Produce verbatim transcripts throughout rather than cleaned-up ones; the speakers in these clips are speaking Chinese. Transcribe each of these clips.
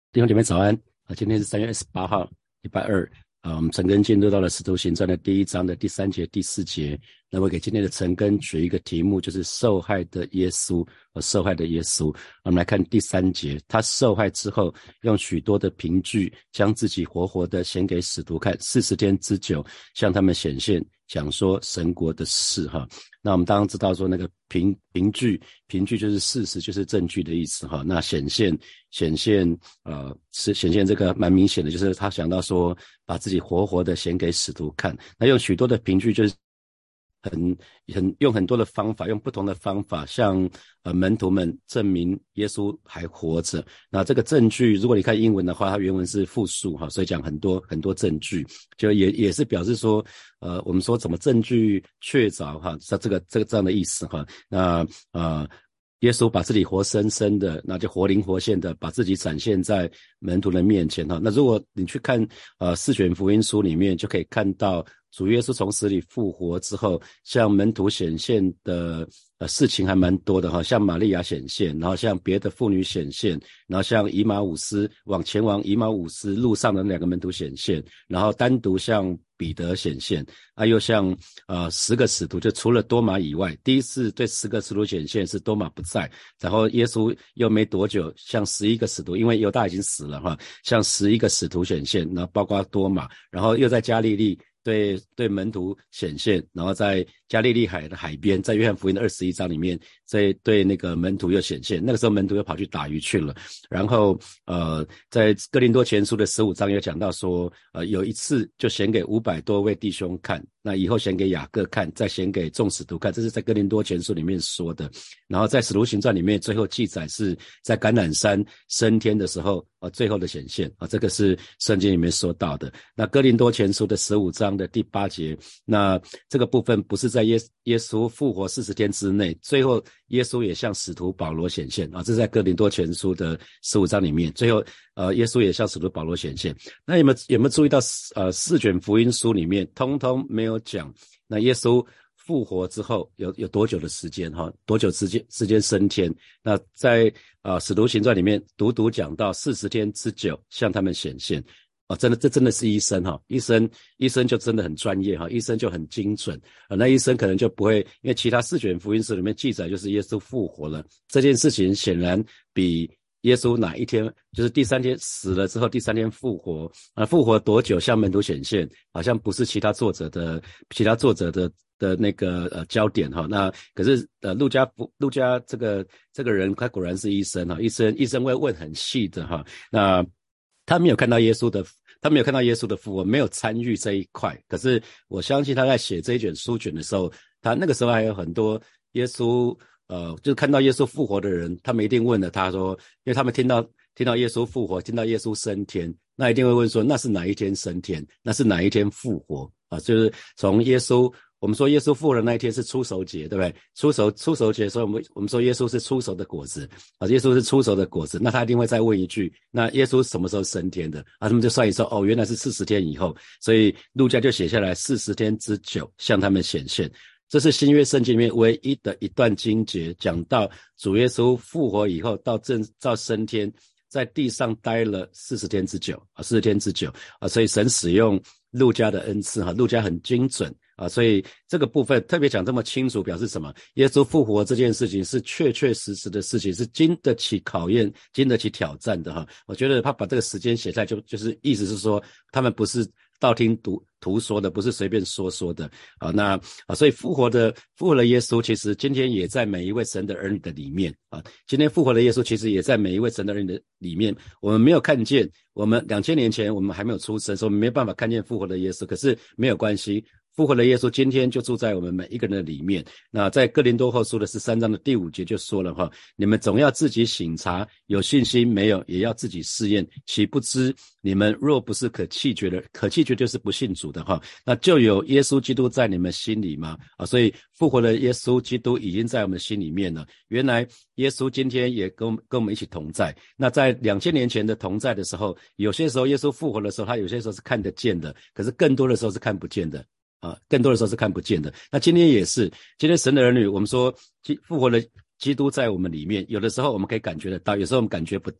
弟兄姐妹早安啊！今天是三月二十八号，礼拜二啊。我们陈根进入到了《使徒行传》的第一章的第三节、第四节。那我给今天的陈根取一个题目，就是受害的耶稣和受害的耶稣。我们来看第三节，他受害之后，用许多的凭据，将自己活活的显给使徒看，四十天之久，向他们显现，讲说神国的事哈。那我们当然知道说那个凭凭据，凭据就是事实，就是证据的意思哈。那显现显现呃是显现这个蛮明显的，就是他想到说把自己活活的显给使徒看。那用许多的凭据就是很很用很多的方法，用不同的方法向呃门徒们证明耶稣还活着。那这个证据，如果你看英文的话，它原文是复数哈，所以讲很多很多证据，就也也是表示说，呃，我们说怎么证据确凿哈，这这个这个这样的意思哈。那呃。耶稣把自己活生生的，那就活灵活现的把自己展现在门徒的面前哈。那如果你去看呃四卷福音书里面，就可以看到主耶稣从死里复活之后，向门徒显现的呃事情还蛮多的哈，向玛利亚显现，然后向别的妇女显现，然后向以马忤斯往前往以马忤斯路上的两个门徒显现，然后单独向彼得显现，啊，又向呃十个使徒，就除了多马以外，第一次对十个使徒显现是多马不在，然后耶稣又没多久向十一个使徒，因为犹大已经死了哈，向十一个使徒显现，然后包括多马，然后又在加利利对对门徒显现，然后在加利利海的海边，在约翰福音的二十一章里面，在对那个门徒又显现，那个时候门徒又跑去打鱼去了。然后呃，在哥林多前书的十五章有讲到说，呃，有一次就显给五百多位弟兄看，那以后显给雅各看，再显给众使徒看，这是在哥林多前书里面说的。然后在使徒行传里面最后记载是在橄榄山升天的时候，呃，最后的显现啊，这个是圣经里面说到的。那哥林多前书的十五章的第八节，那这个部分不是在耶耶稣复活四十天之内，最后耶稣也向使徒保罗显现啊，这是在哥林多前书的十五章里面，最后呃耶稣也向使徒保罗显现。那有没有有没有注意到呃四卷福音书里面通通没有讲那耶稣复活之后有有多久的时间哈？多久时间时间升天？那在呃使徒行传里面独独讲到四十天之久向他们显现。哦，真的，这真的是医生哈，医生医生就真的很专业哈，医生就很精准啊。那医生可能就不会，因为其他四卷福音书里面记载就是耶稣复活了这件事情，显然比耶稣哪一天就是第三天死了之后，第三天复活啊，复活多久向门徒显现，好像不是其他作者的其他作者的的那个呃焦点哈。那可是呃路加路加这个这个人他果然是医生哈，医生医生会问很细的哈。那他没有看到耶稣的，他没有看到耶稣的复活，没有参与这一块。可是我相信他在写这一卷书卷的时候，他那个时候还有很多耶稣，呃，就是看到耶稣复活的人，他们一定问了他说，因为他们听到听到耶稣复活，听到耶稣升天，那一定会问说，那是哪一天升天？那是哪一天复活？啊，就是从耶稣。我们说耶稣复活的那一天是初熟节，对不对？初熟初熟节，所以我们我们说耶稣是初熟的果子啊，耶稣是初熟的果子，那他一定会再问一句，那耶稣什么时候升天的？啊，他们就算一算，哦，原来是四十天以后，所以路加就写下来四十天之久向他们显现。这是新约圣经里面唯一的一段经节，讲到主耶稣复活以后到正到升天，在地上待了四十天之久啊，四十天之久啊，所以神使用路加的恩赐哈，路加很精准。啊，所以这个部分特别讲这么清楚，表示什么？耶稣复活这件事情是确确实实的事情，是经得起考验、经得起挑战的哈。我觉得他把这个时间写下来就，就是意思是说，他们不是道听途途说的，不是随便说说的啊。那啊，所以复活的复活的耶稣，其实今天也在每一位神的儿女的里面啊。今天复活的耶稣，其实也在每一位神的儿女的里面。我们没有看见，我们两千年前我们还没有出生，所以我们没有办法看见复活的耶稣。可是没有关系。复活的耶稣今天就住在我们每一个人的里面。那在哥林多后书的十三章的第五节就说了哈，你们总要自己省察，有信心没有也要自己试验，岂不知你们若不是可弃绝的，可弃绝就是不信主的哈，那就有耶稣基督在你们心里吗？啊，所以复活的耶稣基督已经在我们心里面了。原来耶稣今天也跟跟我们一起同在。那在两千年前的同在的时候，有些时候耶稣复活的时候，他有些时候是看得见的，可是更多的时候是看不见的。啊，更多的时候是看不见的。那今天也是，今天神的儿女，我们说复活的基督在我们里面，有的时候我们可以感觉得到，有时候我们感觉不到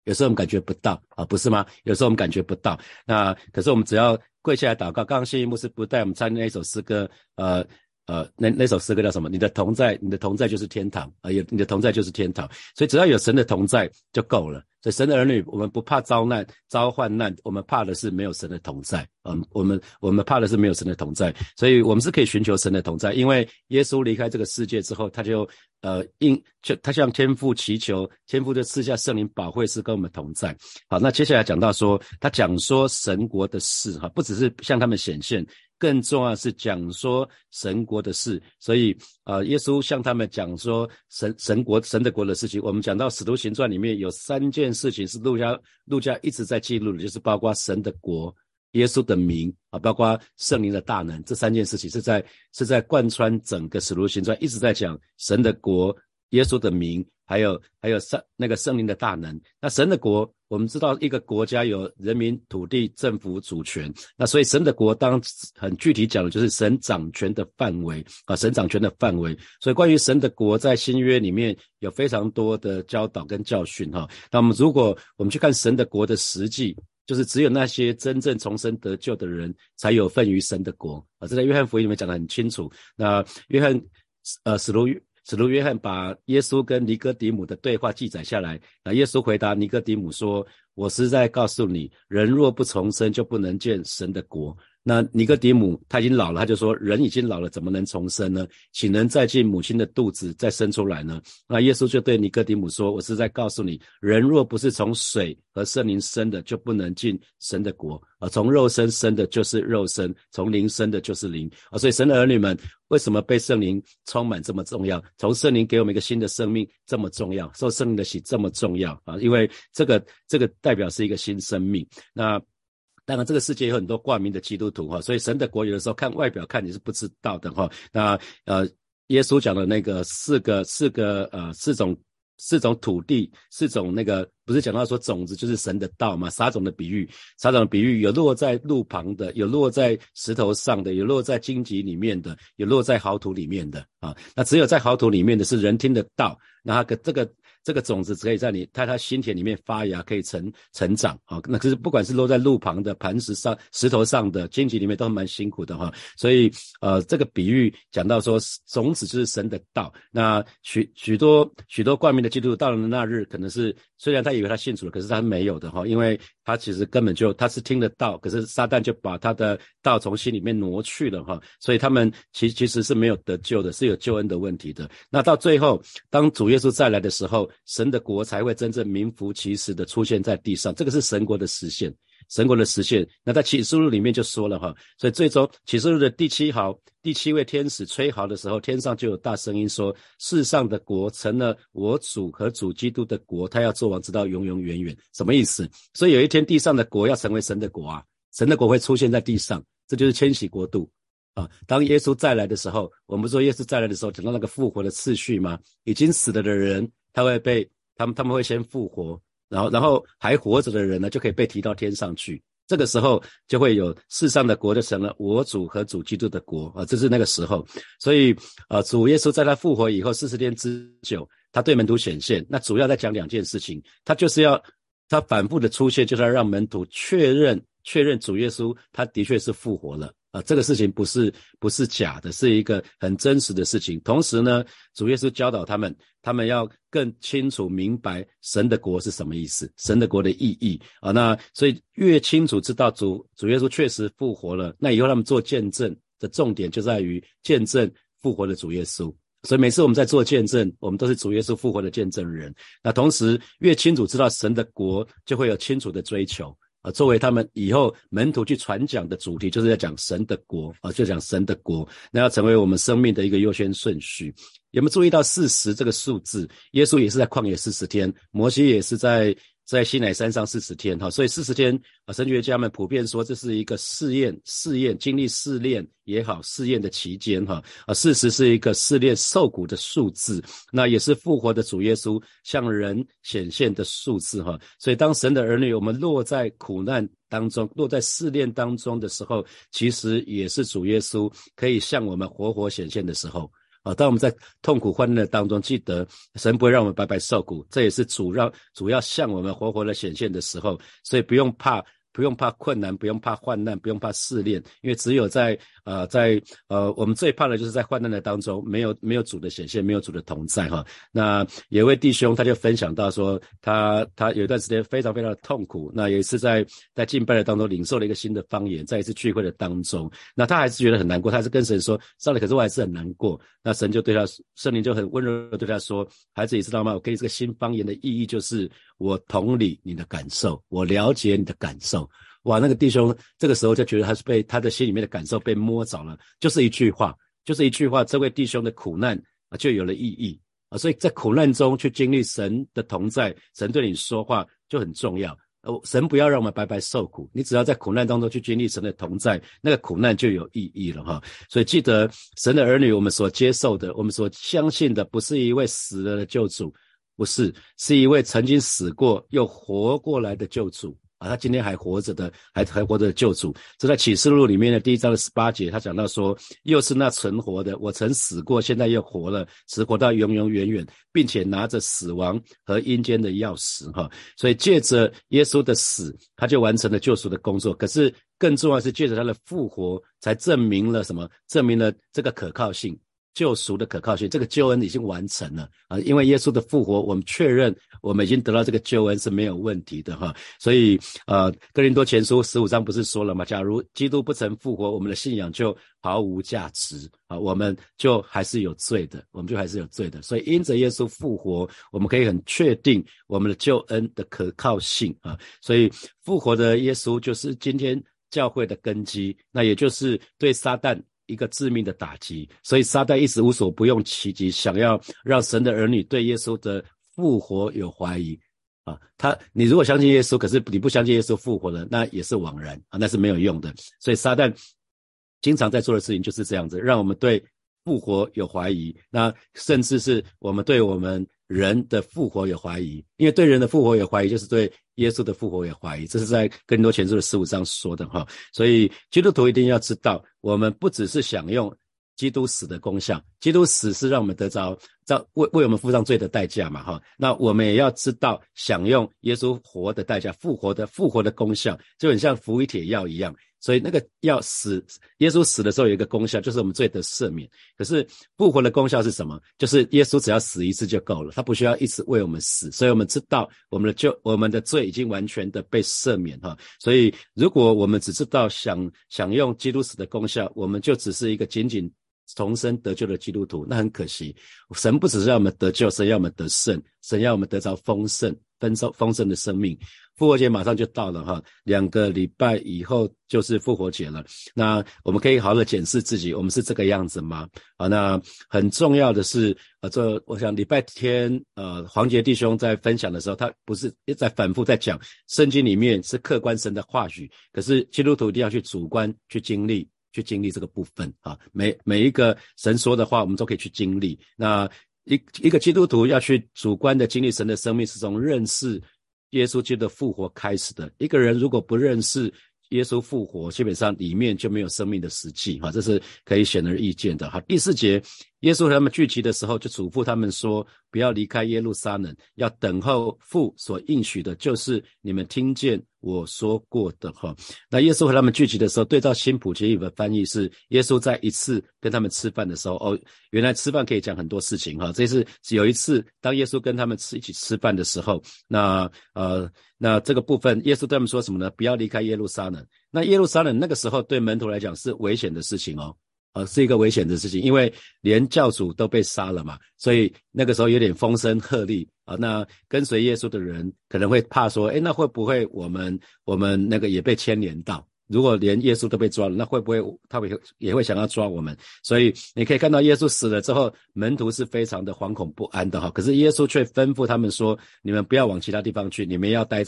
有时候我们感觉不到啊，不是吗？有时候我们感觉不到。那可是我们只要跪下来祷告。刚刚谢义牧师不带我们唱那一首诗歌，呃呃，那那首诗歌叫什么？你的同在，你的同在就是天堂啊！有你的同在就是天堂。所以只要有神的同在就够了。所以神的儿女，我们不怕遭难、遭患难，我们怕的是没有神的同在。嗯，我们我们怕的是没有神的同在。所以我们是可以寻求神的同在，因为耶稣离开这个世界之后，他就呃应就他向天父祈求，天父就赐下圣灵保惠师跟我们同在。好，那接下来讲到说，他讲说神国的事哈，不只是向他们显现。更重要的是讲说神国的事，所以呃，耶稣向他们讲说神神国神的国的事情。我们讲到使徒行传里面有三件事情是路加路加一直在记录的，就是包括神的国、耶稣的名啊，包括圣灵的大能，这三件事情是在是在贯穿整个使徒行传，一直在讲神的国、耶稣的名，还有还有圣那个圣灵的大能。那神的国，我们知道一个国家有人民、土地、政府、主权，那所以神的国当很具体讲的就是神掌权的范围啊，神掌权的范围。所以关于神的国在新约里面有非常多的教导跟教训哈。那我们如果我们去看神的国的实际，就是只有那些真正重生得救的人才有份于神的国啊，这在约翰福音里面讲得很清楚。那约翰呃使徒使徒约翰把耶稣跟尼哥底母的对话记载下来，那耶稣回答尼哥底母说，我实在告诉你，人若不重生就不能见神的国。那尼哥底母他已经老了，他就说人已经老了怎么能重生呢？岂能再进母亲的肚子再生出来呢？那耶稣就对尼哥底母说，我是在告诉你，人若不是从水和圣灵生的就不能进神的国啊，从肉身生的就是肉身，从灵生的就是灵啊。所以神的儿女们为什么被圣灵充满这么重要？从圣灵给我们一个新的生命这么重要，受圣灵的洗这么重要啊？因为这个这个代表是一个新生命。那当然这个世界有很多挂名的基督徒哈，所以神的国有的时候看外表看你是不知道的哈。那呃耶稣讲的那个四个四个呃四种四种土地，四种那个不是讲到说种子就是神的道嘛，撒种的比喻，撒种的比喻有落在路旁的，有落在石头上的，有落在荆棘里面的，有落在好土里面的啊。那只有在好土里面的是人听得到，那他这个这个种子只可以在你在他心田里面发芽，可以成成长啊。那可是不管是落在路旁的、磐石上、石头上的、荆棘里面，都蛮辛苦的哈。所以呃，这个比喻讲到说，种子就是神的道。那许许多许多冠名的基督徒到了那日，可能是虽然他以为他信主了，可是他没有的哈，因为他其实根本就他是听得到，可是撒旦就把他的道从心里面挪去了哈，所以他们其其实是没有得救的，是有救恩的问题的。那到最后，当主耶稣再来的时候，神的国才会真正名副其实的出现在地上，这个是神国的实现，神国的实现。那在启示录里面就说了哈，所以最终启示录的第七号第七位天使吹号的时候，天上就有大声音说，世上的国成了我主和主基督的国，他要做王直到永永远远。什么意思？所以有一天地上的国要成为神的国啊，神的国会出现在地上，这就是千禧国度啊。当耶稣再来的时候，我们说耶稣再来的时候讲到那个复活的次序吗？已经死了的人他会被他们他们会先复活，然后然后还活着的人呢就可以被提到天上去，这个时候就会有世上的国就成了我主和主基督的国啊，这是那个时候。所以呃，主耶稣在他复活以后四十天之久，他对门徒显现，那主要在讲两件事情，他就是要他反复的出现，就是要让门徒确认确认主耶稣他的确是复活了啊，这个事情不是不是假的，是一个很真实的事情。同时呢，主耶稣教导他们，他们要更清楚明白神的国是什么意思，神的国的意义啊。那所以越清楚知道主主耶稣确实复活了，那以后他们做见证的重点就在于见证复活的主耶稣。所以每次我们在做见证，我们都是主耶稣复活的见证人。那同时越清楚知道神的国，就会有清楚的追求啊，作为他们以后门徒去传讲的主题，就是在讲神的国啊，就讲神的国，那要成为我们生命的一个优先顺序。有没有注意到四十这个数字？耶稣也是在旷野四十天，摩西也是在在西乃山上四十天哈，所以四十天啊，神学家们普遍说这是一个试验试验经历试炼也好，试验的期间哈啊，四十是一个试炼受苦的数字，那也是复活的主耶稣向人显现的数字哈。所以当神的儿女我们落在苦难当中，落在试炼当中的时候，其实也是主耶稣可以向我们活活显现的时候啊，当我们在痛苦患难的当中，记得神不会让我们白白受苦，这也是主让主要向我们活活的显现的时候，所以不用怕。不用怕困难，不用怕患难，不用怕试炼，因为只有在呃在呃我们最怕的就是在患难的当中，没有没有主的显现，没有主的同在哈。那有一位弟兄他就分享到说，他他有一段时间非常非常的痛苦，那有一次在在敬拜的当中领受了一个新的方言，在一次聚会的当中，那他还是觉得很难过，他还是跟神说，上帝，可是我还是很难过。那神就对他，圣灵就很温柔的对他说，孩子，你知道吗？我给你这个新方言的意义就是我同理你的感受，我了解你的感受。哇，那个弟兄这个时候就觉得他是被他的心里面的感受被摸着了，就是一句话，就是一句话，这位弟兄的苦难啊就有了意义啊，所以在苦难中去经历神的同在，神对你说话就很重要。呃，神不要让我们白白受苦，你只要在苦难当中去经历神的同在，那个苦难就有意义了哈。所以记得神的儿女，我们所接受的，我们所相信的，不是一位死了的救主，不是，是一位曾经死过又活过来的救主。啊，他今天还活着的，还还活着的救主。这在启示录里面的第一章的十八节，他讲到说，又是那存活的，我曾死过，现在又活了，只活到永永远远，并且拿着死亡和阴间的钥匙哈。所以借着耶稣的死，他就完成了救赎的工作。可是更重要的是，借着他的复活，才证明了什么？证明了这个可靠性。救赎的可靠性，这个救恩已经完成了啊！因为耶稣的复活，我们确认我们已经得到这个救恩是没有问题的哈。所以呃，哥林多前书十五章不是说了吗？假如基督不曾复活，我们的信仰就毫无价值啊，我们就还是有罪的，我们就还是有罪的。所以因着耶稣复活，我们可以很确定我们的救恩的可靠性啊。所以复活的耶稣就是今天教会的根基，那也就是对撒旦一个致命的打击。所以撒旦一直无所不用其极，想要让神的儿女对耶稣的复活有怀疑啊。他你如果相信耶稣，可是你不相信耶稣复活了，那也是枉然啊，那是没有用的。所以撒旦经常在做的事情就是这样子，让我们对复活有怀疑，那甚至是我们对我们人的复活有怀疑。因为对人的复活有怀疑，就是对耶稣的复活有怀疑，这是在哥林多前书的十五章说的哈。所以基督徒一定要知道，我们不只是享用基督死的功效，基督死是让我们得着为为我们付上罪的代价嘛哈。那我们也要知道享用耶稣活的代价，复活的复活的功效，就很像服一帖药一样。所以那个要死，耶稣死的时候有一个功效，就是我们罪得赦免。可是复活的功效是什么？就是耶稣只要死一次就够了，他不需要一直为我们死。所以我们知道我们的救我们的罪已经完全的被赦免哈。所以如果我们只知道享享用基督死的功效，我们就只是一个仅仅重生得救的基督徒，那很可惜。神不只是要我们得救，神要我们得胜，神要我们得着丰盛丰盛丰盛的生命。复活节马上就到了哈，两个礼拜以后就是复活节了。那我们可以好好的检视自己，我们是这个样子吗？啊，那很重要的是，呃，这我想礼拜天，呃，黄杰弟兄在分享的时候，他不是一直在反复在讲，圣经里面是客观神的话语，可是基督徒一定要去主观去经历。去经历这个部分啊，每每一个神说的话，我们都可以去经历。那一一个基督徒要去主观的经历神的生命，是从认识耶稣基督的复活开始的。一个人如果不认识耶稣复活，基本上里面就没有生命的实际哈，这是可以显而易见的哈。第四节，耶稣和他们聚集的时候，就嘱咐他们说，不要离开耶路撒冷，要等候父所应许的，就是你们听见我说过的哈。那耶稣和他们聚集的时候，对照新普契的翻译是，耶稣在一次跟他们吃饭的时候，哦，原来吃饭可以讲很多事情哈。这是有一次，当耶稣跟他们吃一起吃饭的时候，那呃，那这个部分，耶稣对他们说什么呢？不要离开耶路撒冷。那耶路撒冷那个时候对门徒来讲是危险的事情哦。呃，是一个危险的事情，因为连教主都被杀了嘛，所以那个时候有点风声鹤唳啊。那跟随耶稣的人可能会怕说，诶，那会不会我们我们那个也被牵连到？如果连耶稣都被抓了，那会不会他们也会想要抓我们？所以你可以看到耶稣死了之后，门徒是非常的惶恐不安的哈。可是耶稣却吩咐他们说，你们不要往其他地方去，你们要待在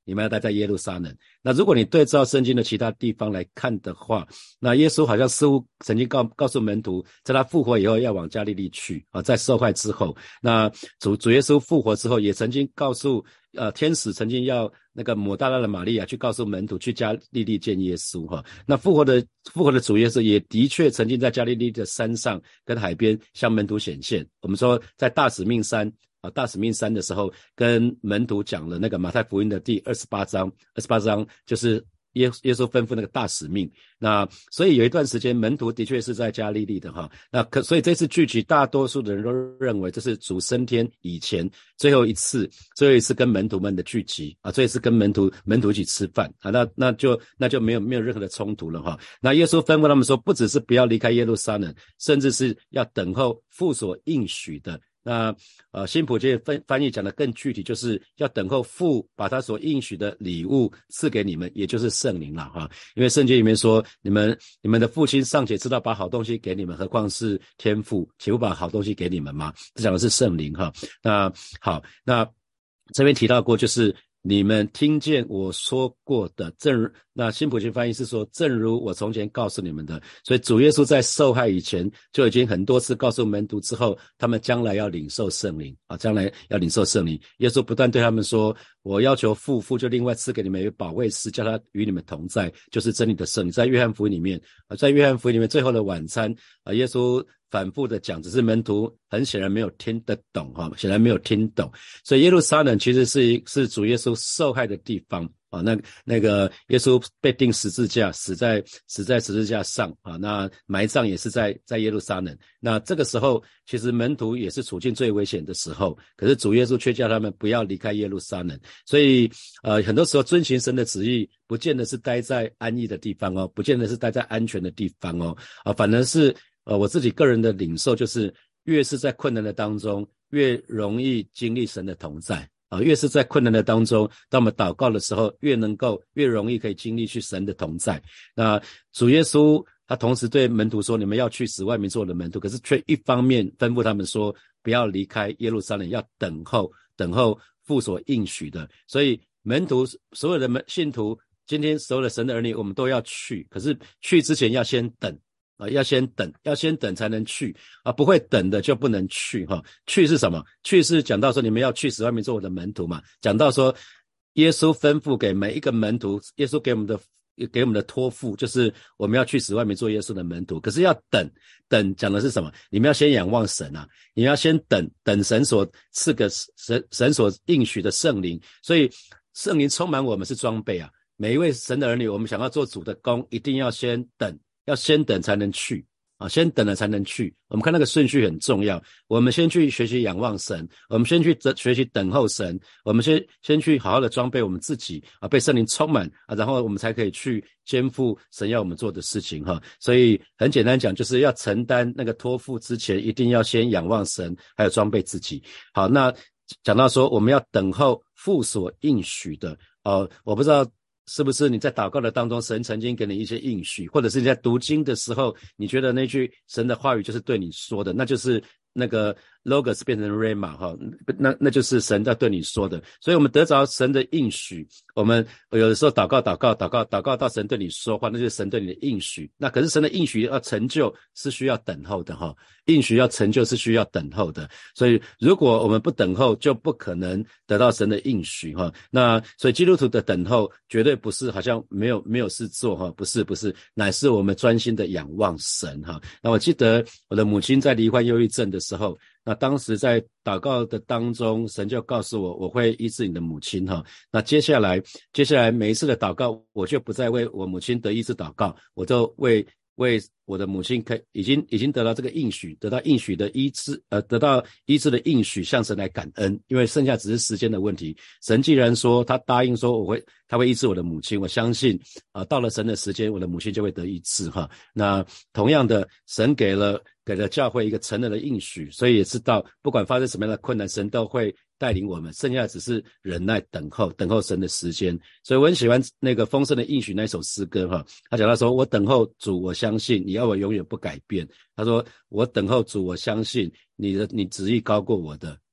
你们要待在耶路撒冷。那如果你对照圣经的其他地方来看的话，那耶稣好像似乎曾经告告诉门徒，在他复活以后要往加利利去啊，在受害之后，那主主耶稣复活之后，也曾经告诉呃天使曾经要那个抹大拉的玛利亚去告诉门徒去加利利见耶稣哈。那复活的复活的主耶稣也的确曾经在加利利的山上跟海边向门徒显现。我们说在大使命山啊，大使命山的时候，跟门徒讲了那个马太福音的第二十八章，二十八章就是耶耶稣吩咐那个大使命。那所以有一段时间门徒的确是在加利利的哈。那可所以这次聚集，大多数的人都认为这是主升天以前最后一次最后一次跟门徒们的聚集啊，最后一次跟门徒门徒一起吃饭啊，那那就那就没有没有任何的冲突了哈。那耶稣吩咐他们说，不只是不要离开耶路撒冷，甚至是要等候父所应许的。那呃，新普界翻翻译讲的更具体，就是要等候父把他所应许的礼物赐给你们，也就是圣灵了哈。因为圣经里面说，你们你们的父亲尚且知道把好东西给你们，何况是天父，岂不把好东西给你们吗？这讲的是圣灵哈。那好，那这边提到过，就是你们听见我说过的，正如那新普金翻译是说，正如我从前告诉你们的。所以主耶稣在受害以前就已经很多次告诉门徒，之后他们将来要领受圣灵啊，将来要领受圣灵。耶稣不断对他们说，我要求父，父就另外赐给你们一位保惠师，叫他与你们同在，就是真理的圣灵。在约翰福音里面啊，在约翰福音里面最后的晚餐啊，耶稣反复的讲，只是门徒很显然没有听得懂哈，显然没有听懂。所以耶路撒冷其实是是主耶稣受害的地方啊，那那个耶稣被钉十字架，死在死在十字架上啊，那埋葬也是在在耶路撒冷。那这个时候其实门徒也是处境最危险的时候，可是主耶稣却叫他们不要离开耶路撒冷。所以呃很多时候遵行神的旨意，不见得是待在安逸的地方哦，不见得是待在安全的地方哦，啊，反而是呃我自己个人的领受就是，越是在困难的当中，越容易经历神的同在。啊，越是在困难的当中，当我们祷告的时候，越能够越容易可以经历去神的同在。那主耶稣他同时对门徒说，你们要去使万民做我的门徒，可是却一方面吩咐他们说，不要离开耶路撒冷，要等候等候父所应许的。所以门徒所有的门信徒，今天所有的神的儿女，我们都要去，可是去之前要先等啊，要先等，要先等才能去啊，不会等的就不能去哈。去是什么？去是讲到说你们要去使万民做我的门徒嘛，讲到说耶稣吩咐给每一个门徒，耶稣给我们的给我们的托付就是我们要去使万民做耶稣的门徒。可是要等，等讲的是什么？你们要先仰望神啊，你要先等等神所赐给神神所应许的圣灵。所以圣灵充满我们是装备啊，每一位神的儿女，我们想要做主的工，一定要先等。要先等才能去啊，先等了才能去。我们看那个顺序很重要，我们先去学习仰望神，我们先去学习等候神，我们先先去好好的装备我们自己啊，被圣灵充满啊，然后我们才可以去肩负神要我们做的事情哈。所以很简单讲，就是要承担那个托付之前，一定要先仰望神，还有装备自己。好，那讲到说我们要等候父所应许的哦，我不知道是不是你在祷告的当中，神曾经给你一些应许，或者是你在读经的时候，你觉得那句神的话语就是对你说的，那就是那个 logos 变成 rhema 哈，那那就是神在对你说的。所以我们得着神的应许，我们有的时候祷告祷告祷告祷告到神对你说话，那就是神对你的应许。那可是神的应许要成就是需要等候的哈，应许要成就是需要等候的。所以如果我们不等候，就不可能得到神的应许哈。那所以基督徒的等候绝对不是好像没有没有事做哈，不是不是，乃是我们专心的仰望神哈。那我记得我的母亲在罹患忧郁症的时候，那当时在祷告的当中，神就告诉我，我会医治你的母亲哈。那接下来接下来每一次的祷告，我就不再为我母亲得医治祷告，我就为为我的母亲可以已经已经得到这个应许，得到应许的医治，呃，得到医治的应许，向神来感恩，因为剩下只是时间的问题。神既然说他答应说我会，他会医治我的母亲，我相信啊、呃，到了神的时间，我的母亲就会得医治哈。那同样的，神给了给了教会一个成人的应许，所以也知道不管发生什么样的困难，神都会带领我们，剩下只是忍耐等候，等候神的时间。所以我很喜欢那个丰盛的应许那首诗歌哈，他讲到说，我等候主，我相信你要我永远不改变。他说我等候主，我相信你的你旨意高过我的，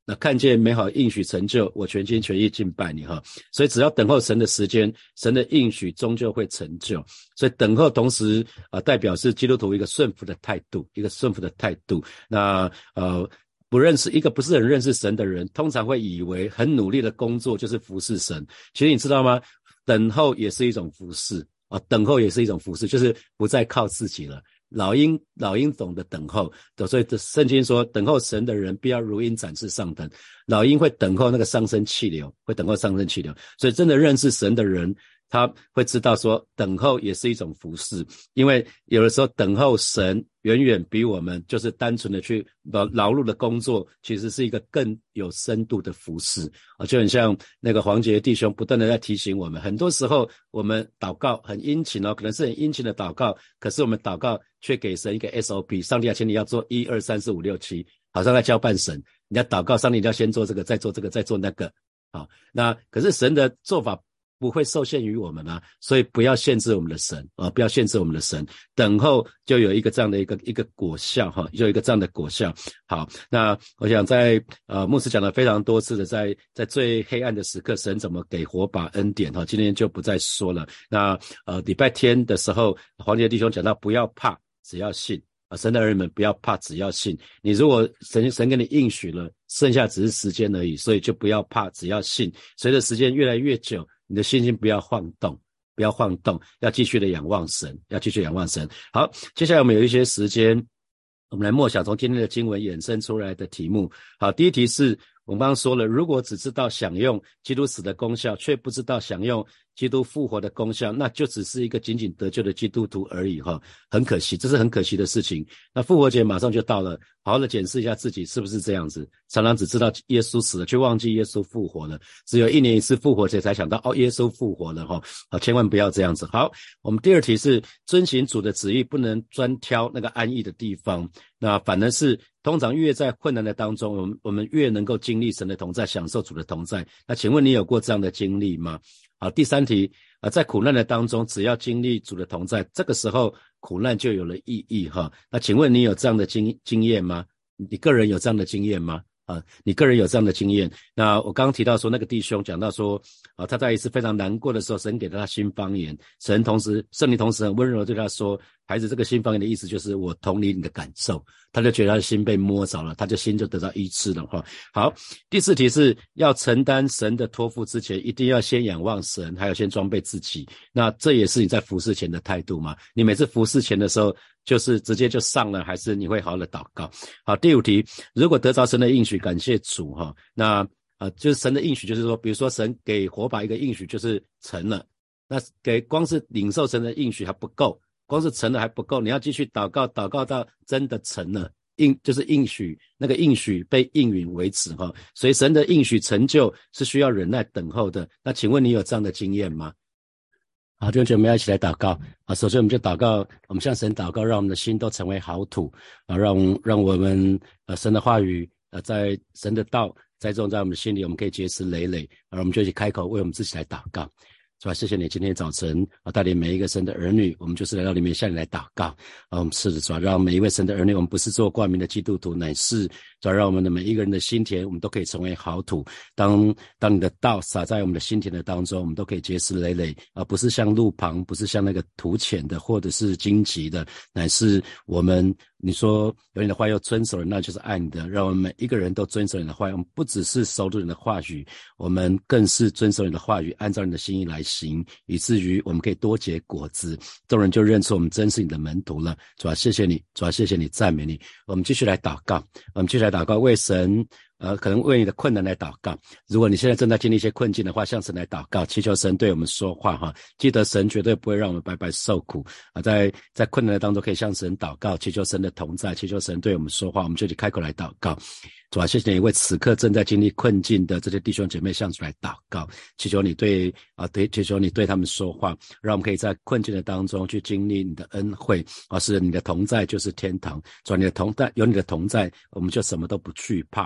那看见美好应许成就，我全心全意敬拜你哈。所以只要等候神的时间，神的应许终究会成就。所以等候同时啊、呃，代表是基督徒一个顺服的态度，一个顺服的态度。那呃，不认识一个不是很认识神的人，通常会以为很努力的工作就是服侍神。其实你知道吗？等候也是一种服侍啊，等候也是一种服侍，就是不再靠自己了。老鹰，老鹰懂得等候，所以圣经说，等候神的人必要如鹰展翅上腾。老鹰会等候那个上升气流，会等候上升气流。所以真的认识神的人，他会知道说，等候也是一种服侍，因为有的时候等候神远远比我们就是单纯的去劳劳碌的工作，其实是一个更有深度的服侍啊，就很像那个黄杰弟兄不断的在提醒我们，很多时候我们祷告很殷勤哦，可能是很殷勤的祷告，可是我们祷告却给神一个 S O P， 上帝啊，请你要做一二三四五六七，好像在交办神，你要祷告，上帝你要先做这个，再做这个，再做那个，好，那可是神的做法不会受限于我们啊，所以不要限制我们的神啊，不要限制我们的神，等候就有一个这样的一个一个果效哈，就有一个这样的果效。好，那我想在呃牧师讲了非常多次的，在在最黑暗的时刻，神怎么给火把恩典哈，今天就不再说了。那呃礼拜天的时候，黄杰弟兄讲到不要怕，只要信。啊，神的儿女们不要怕，只要信。你如果神神给你应许了，剩下只是时间而已，所以就不要怕，只要信。随着时间越来越久，你的信心不要晃动，不要晃动，要继续的仰望神，要继续仰望神。好，接下来我们有一些时间，我们来默想从今天的经文衍生出来的题目。好，第一题是我们刚刚说了，如果只知道享用基督死的功效，却不知道享用基督复活的功效，那就只是一个仅仅得救的基督徒而已哈，很可惜，这是很可惜的事情。那复活节马上就到了，好好的检视一下自己是不是这样子，常常只知道耶稣死了，却忘记耶稣复活了，只有一年一次复活节才想到哦，耶稣复活了哈，好，千万不要这样子。好，我们第二题是遵行主的旨意，不能专挑那个安逸的地方，那反而是通常越在困难的当中，我们我们越能够经历神的同在，享受主的同在。那请问你有过这样的经历吗？好，第三题，呃，在苦难的当中，只要经历主的同在，这个时候苦难就有了意义哈。那请问你有这样的经经验吗？你个人有这样的经验吗？啊，你个人有这样的经验？那我刚刚提到说，那个弟兄讲到说，啊，他在一次非常难过的时候，神给了他新方言，神同时圣灵同时很温柔地对他说，孩子，这个新方言的意思就是我同理你的感受，他就觉得他的心被摸着了，他的心就得到医治了哈。好，第四题是要承担神的托付之前，一定要先仰望神，还有先装备自己。那这也是你在服事前的态度吗？你每次服事前的时候，就是直接就上了，还是你会好好的祷告？好，第五题，如果得着神的应许，感谢主哈。那呃，就是神的应许，就是说，比如说神给火把一个应许，就是成了。那给光是领受神的应许还不够，光是成了还不够，你要继续祷告，祷告到真的成了，应就是应许，那个应许被应允为止哈。所以神的应许成就是需要忍耐等候的。那请问你有这样的经验吗？好，弟兄姐妹，我们要一起来祷告啊！首先，我们就祷告，我们向神祷告，让我们的心都成为好土啊，让让我们呃神的话语呃在神的道栽种在我们的心里，我们可以结实累累。而我们就一起开口为我们自己来祷告。是吧？谢谢你今天早晨啊，带领每一个神的儿女，我们就是来到里面向你来祷告啊。我们是的，主要让每一位神的儿女，我们不是做冠名的基督徒，乃是主要让我们的每一个人的心田，我们都可以成为好土。当当你的道撒在我们的心田的当中，我们都可以结实累累啊，不是像路旁，不是像那个土浅的，或者是荆棘的，乃是我们你说有你的话要遵守，那就是爱你的，让我们每一个人都遵守你的话语。我们不只是守住你的话语，我们更是遵守你的话语，按照你的心意来行，以至于我们可以多结果子，众人就认出我们真是你的门徒了。主啊，谢谢你，主啊，谢谢你，赞美你。我们继续来祷告，我们继续来祷告，为神呃，可能为你的困难来祷告。如果你现在正在经历一些困境的话，向神来祷告，祈求神对我们说话哈。记得神绝对不会让我们白白受苦啊，在在困难的当中可以向神祷告，祈求神的同在，祈求神对我们说话，我们就去开口来祷告。主啊，谢谢你为此刻正在经历困境的这些弟兄姐妹向主来祷告，祈求你对啊对，祈求你对他们说话，让我们可以在困境的当中去经历你的恩惠啊，是你的同在就是天堂。主啊，你的同在有你的同在，我们就什么都不惧怕啊。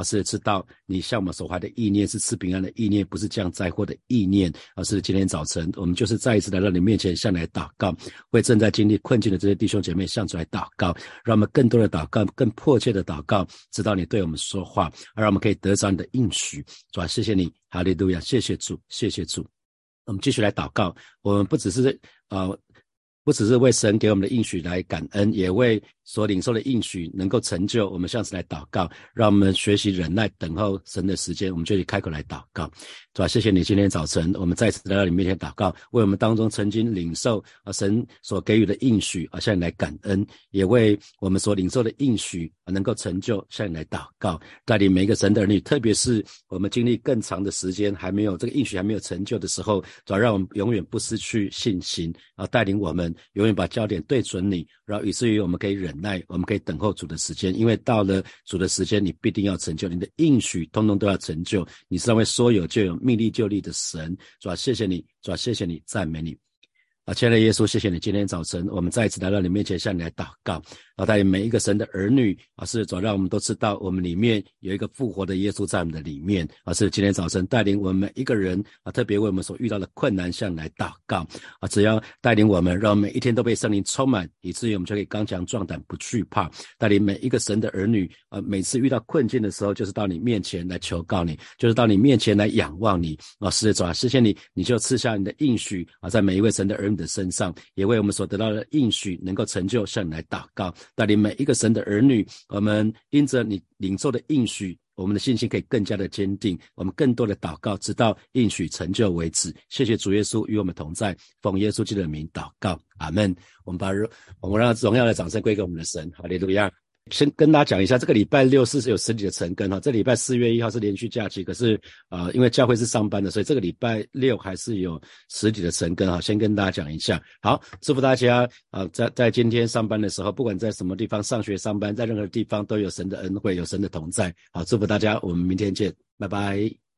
是知道你向我们所怀的意念是赐平安的意念，不是降灾祸的意念。啊，是今天早晨我们就是再一次来到你面前向你来祷告，为正在经历困境的这些弟兄姐妹向主来祷告，让我们更多的祷告，更迫切的祷告，直到你对我们说话，而让我们可以得着你的应许。主啊，谢谢你，哈利路亚，谢谢主，谢谢主。我们继续来祷告，我们不只是呃不只是为神给我们的应许来感恩，也为所领受的应许能够成就，我们向神来祷告，让我们学习忍耐等候神的时间。我们就去开口来祷告。主啊，谢谢你今天早晨我们再次来到你面前祷告，为我们当中曾经领受啊神所给予的应许啊向你来感恩，也为我们所领受的应许啊能够成就向你来祷告，带领每一个神的儿女，特别是我们经历更长的时间还没有这个应许还没有成就的时候，主啊让我们永远不失去信心啊，带领我们永远把焦点对准你，然后以至于我们可以忍耐，我们可以等候主的时间，因为到了主的时间你必定要成就，你的应许通通都要成就，你是那位说有就有命立就立的神。主啊谢谢你，主啊谢谢你，赞美你啊，亲爱的耶稣，谢谢你今天早晨我们再一次来到你面前向你来祷告，啊，带领每一个神的儿女啊，是主让我们都知道我们里面有一个复活的耶稣在我们的里面啊，是今天早晨带领我们每一个人啊，特别为我们所遇到的困难向你来祷告啊，只要带领我们，让我们每一天都被圣灵充满，以至于我们就可以刚强壮胆不惧怕，带领每一个神的儿女啊，每次遇到困境的时候就是到你面前来求告你，就是到你面前来仰望你啊，是主啊谢谢你，你就赐下你的应许啊，在每一位神的儿女的身上，也为我们所得到的应许能够成就向你来祷告，带领每一个神的儿女，我们因着你领受的应许，我们的信心可以更加的坚定，我们更多的祷告直到应许成就为止。谢谢主耶稣与我们同在，奉耶稣基督的名祷告，阿们。我们把我们让荣耀的掌声归给我们的神，哈利路亚。先跟大家讲一下，这个礼拜六是有实体的晨更哈，这礼拜四月一号是连续假期，可是呃因为教会是上班的，所以这个礼拜六还是有实体的晨更哈，先跟大家讲一下。好，祝福大家啊、呃、在在今天上班的时候，不管在什么地方上学上班，在任何地方都有神的恩惠，有神的同在。好，祝福大家，我们明天见，拜拜。